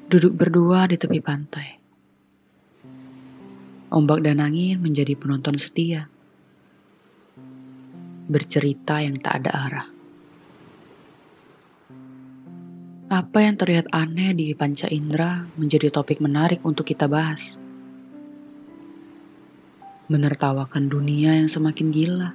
Duduk berdua di tepi pantai. Ombak dan angin menjadi penonton setia. Bercerita yang tak ada arah. Apa yang terlihat aneh di panca indera menjadi topik menarik untuk kita bahas. Menertawakan dunia yang semakin gila.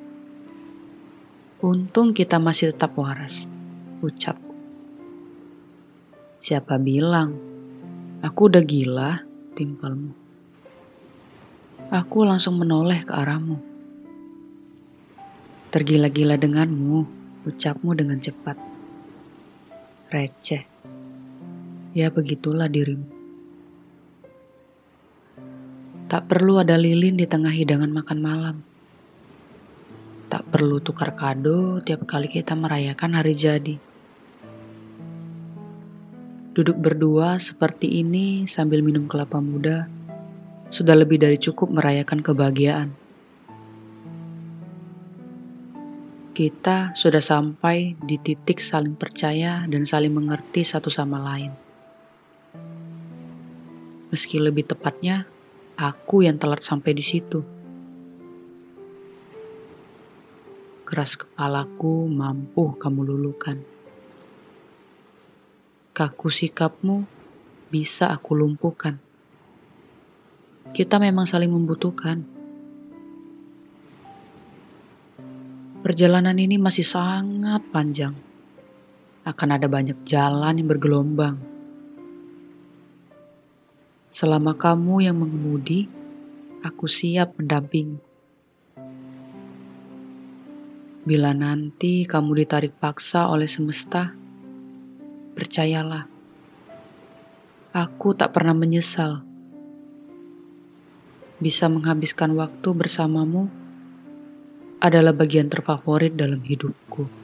Untung kita masih tetap waras, ucapku. Siapa bilang aku udah gila, timpalmu. Aku langsung menoleh ke arahmu. Tergila-gila denganmu, ucapmu dengan cepat. Receh. Ya begitulah dirimu. Tak perlu ada lilin di tengah hidangan makan malam. Tak perlu tukar kado tiap kali kita merayakan hari jadi. Duduk berdua seperti ini sambil minum kelapa muda sudah lebih dari cukup merayakan kebahagiaan. Kita sudah sampai di titik saling percaya dan saling mengerti satu sama lain. Meski lebih tepatnya, aku yang telat sampai di situ. Keras kepalaku mampu kamu luluhkan. Kaku sikapmu bisa aku lumpuhkan. Kita memang saling membutuhkan. Perjalanan ini masih sangat panjang. Akan ada banyak jalan yang bergelombang. Selama kamu yang mengemudi, aku siap mendampingi. Bila nanti kamu ditarik paksa oleh semesta, percayalah, aku tak pernah menyesal. Bisa menghabiskan waktu bersamamu adalah bagian terfavorit dalam hidupku.